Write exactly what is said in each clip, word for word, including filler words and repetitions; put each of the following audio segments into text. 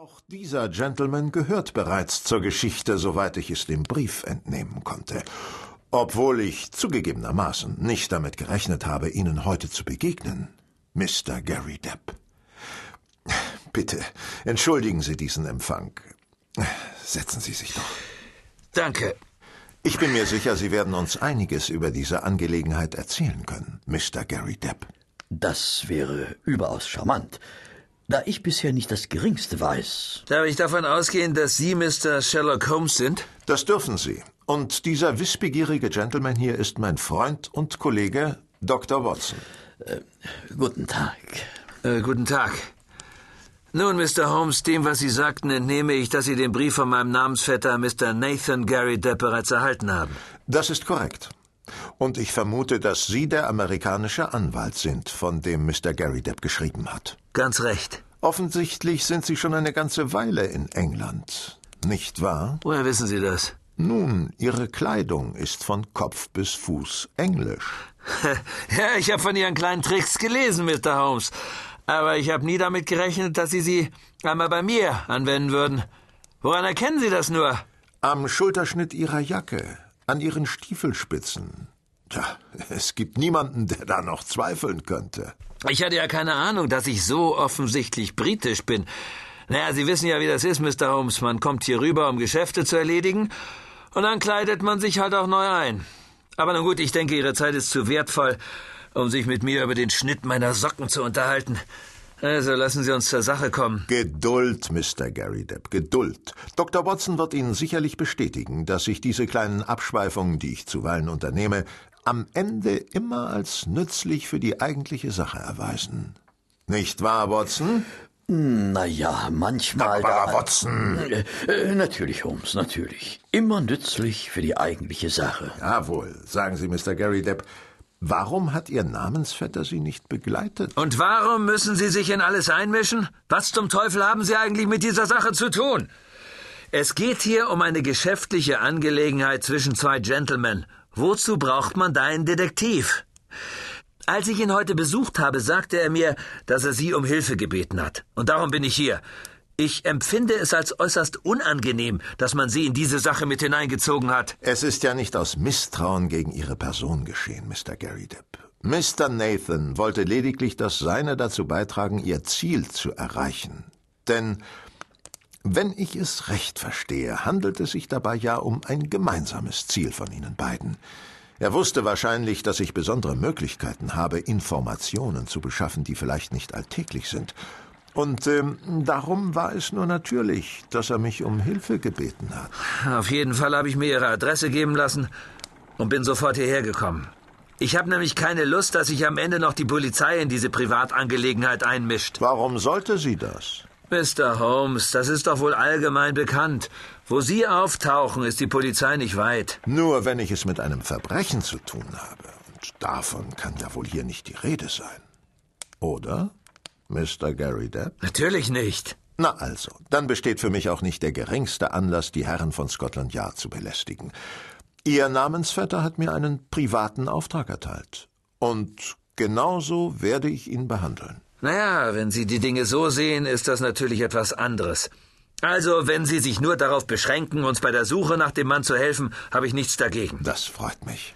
Auch dieser Gentleman gehört bereits zur Geschichte, soweit ich es dem Brief entnehmen konnte. Obwohl ich zugegebenermaßen nicht damit gerechnet habe, Ihnen heute zu begegnen, Mister Gary Depp. Bitte, entschuldigen Sie diesen Empfang. Setzen Sie sich doch. Danke. Ich bin mir sicher, Sie werden uns einiges über diese Angelegenheit erzählen können, Mister Gary Depp. Das wäre überaus charmant, da ich bisher nicht das Geringste weiß. Darf ich davon ausgehen, dass Sie Mister Sherlock Holmes sind? Das dürfen Sie. Und dieser wissbegierige Gentleman hier ist mein Freund und Kollege Doktor Watson. Äh, guten Tag. Äh, guten Tag. Nun, Mister Holmes, dem, was Sie sagten, entnehme ich, dass Sie den Brief von meinem Namensvetter Mister Nathan Gary Depp bereits erhalten haben. Das ist korrekt. Und ich vermute, dass Sie der amerikanische Anwalt sind, von dem Mister Gary Depp geschrieben hat. Ganz recht. Offensichtlich sind Sie schon eine ganze Weile in England, nicht wahr? Woher wissen Sie das? Nun, Ihre Kleidung ist von Kopf bis Fuß englisch. Ja, ich habe von Ihren kleinen Tricks gelesen, Mister Holmes. Aber ich habe nie damit gerechnet, dass Sie sie einmal bei mir anwenden würden. Woran erkennen Sie das nur? Am Schulterschnitt Ihrer Jacke, an Ihren Stiefelspitzen. Tja, es gibt niemanden, der da noch zweifeln könnte. Ich hatte ja keine Ahnung, dass ich so offensichtlich britisch bin. Naja, Sie wissen ja, wie das ist, Mister Holmes. Man kommt hier rüber, um Geschäfte zu erledigen, und dann kleidet man sich halt auch neu ein. Aber nun gut, ich denke, Ihre Zeit ist zu wertvoll, um sich mit mir über den Schnitt meiner Socken zu unterhalten. Also lassen Sie uns zur Sache kommen. Geduld, Mister Gary Depp, Geduld. Doktor Watson wird Ihnen sicherlich bestätigen, dass sich diese kleinen Abschweifungen, die ich zuweilen unternehme, am Ende immer als nützlich für die eigentliche Sache erweisen. Nicht wahr, Watson? Na ja, manchmal... Aber da, Watson... Äh, äh, natürlich, Holmes, natürlich. Immer nützlich für die eigentliche Sache. Jawohl. Sagen Sie, Mister Gary Depp, warum hat Ihr Namensvetter Sie nicht begleitet? Und warum müssen Sie sich in alles einmischen? Was zum Teufel haben Sie eigentlich mit dieser Sache zu tun? Es geht hier um eine geschäftliche Angelegenheit zwischen zwei Gentlemen. Wozu braucht man da einen Detektiv? Als ich ihn heute besucht habe, sagte er mir, dass er Sie um Hilfe gebeten hat. Und darum bin ich hier. Ich empfinde es als äußerst unangenehm, dass man Sie in diese Sache mit hineingezogen hat. Es ist ja nicht aus Misstrauen gegen Ihre Person geschehen, Mister Gary Depp. Mister Nathan wollte lediglich das Seine dazu beitragen, Ihr Ziel zu erreichen. Denn, wenn ich es recht verstehe, handelt es sich dabei ja um ein gemeinsames Ziel von Ihnen beiden. Er wusste wahrscheinlich, dass ich besondere Möglichkeiten habe, Informationen zu beschaffen, die vielleicht nicht alltäglich sind. Und ähm, darum war es nur natürlich, dass er mich um Hilfe gebeten hat. Auf jeden Fall habe ich mir Ihre Adresse geben lassen und bin sofort hierher gekommen. Ich habe nämlich keine Lust, dass sich am Ende noch die Polizei in diese Privatangelegenheit einmischt. Warum sollte sie das? Mister Holmes, das ist doch wohl allgemein bekannt. Wo Sie auftauchen, ist die Polizei nicht weit. Nur wenn ich es mit einem Verbrechen zu tun habe. Und davon kann ja wohl hier nicht die Rede sein. Oder, Mister Gary Depp? Natürlich nicht. Na also, dann besteht für mich auch nicht der geringste Anlass, die Herren von Scotland Yard zu belästigen. Ihr Namensvetter hat mir einen privaten Auftrag erteilt. Und genauso werde ich ihn behandeln. Naja, wenn Sie die Dinge so sehen, ist das natürlich etwas anderes. Also, wenn Sie sich nur darauf beschränken, uns bei der Suche nach dem Mann zu helfen, habe ich nichts dagegen. Das freut mich.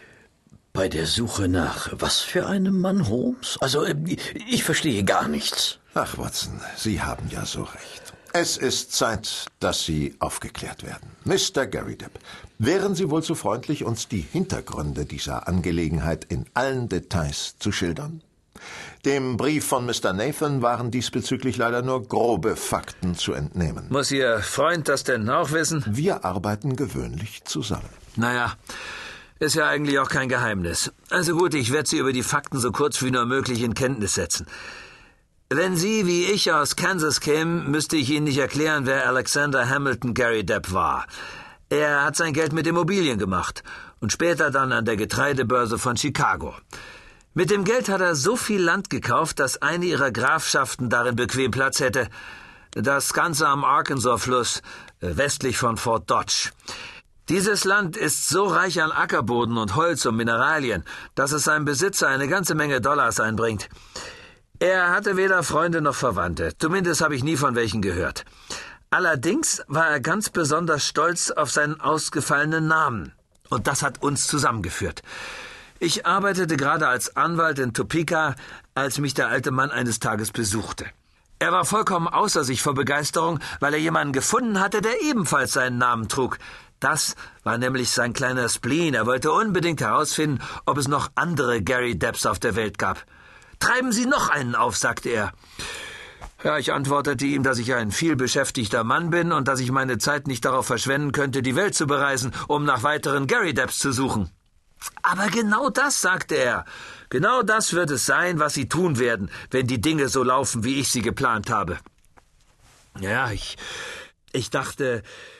Bei der Suche nach was für einem Mann, Holmes? Also, ich verstehe gar nichts. Ach, Watson, Sie haben ja so recht. Es ist Zeit, dass Sie aufgeklärt werden. Mister Gary Depp, wären Sie wohl so freundlich, uns die Hintergründe dieser Angelegenheit in allen Details zu schildern? Dem Brief von Mister Nathan waren diesbezüglich leider nur grobe Fakten zu entnehmen. Muss Ihr Freund das denn auch wissen? Wir arbeiten gewöhnlich zusammen. Naja, ist ja eigentlich auch kein Geheimnis. Also gut, ich werde Sie über die Fakten so kurz wie nur möglich in Kenntnis setzen. Wenn Sie wie ich aus Kansas kämen, müsste ich Ihnen nicht erklären, wer Alexander Hamilton Gary Depp war. Er hat sein Geld mit Immobilien gemacht und später dann an der Getreidebörse von Chicago. Mit dem Geld hat er so viel Land gekauft, dass eine ihrer Grafschaften darin bequem Platz hätte. Das Ganze am Arkansas-Fluss, westlich von Fort Dodge. Dieses Land ist so reich an Ackerboden und Holz und Mineralien, dass es seinem Besitzer eine ganze Menge Dollars einbringt. Er hatte weder Freunde noch Verwandte, zumindest habe ich nie von welchen gehört. Allerdings war er ganz besonders stolz auf seinen ausgefallenen Namen. Und das hat uns zusammengeführt. Ich arbeitete gerade als Anwalt in Topeka, als mich der alte Mann eines Tages besuchte. Er war vollkommen außer sich vor Begeisterung, weil er jemanden gefunden hatte, der ebenfalls seinen Namen trug. Das war nämlich sein kleiner Spleen. Er wollte unbedingt herausfinden, ob es noch andere Gary Depps auf der Welt gab. »Treiben Sie noch einen auf«, sagte er. Ja, ich antwortete ihm, dass ich ein vielbeschäftigter Mann bin und dass ich meine Zeit nicht darauf verschwenden könnte, die Welt zu bereisen, um nach weiteren Gary Depps zu suchen. »Aber genau das«, sagte er, »genau das wird es sein, was Sie tun werden, wenn die Dinge so laufen, wie ich sie geplant habe.« Ja, ich, ich dachte,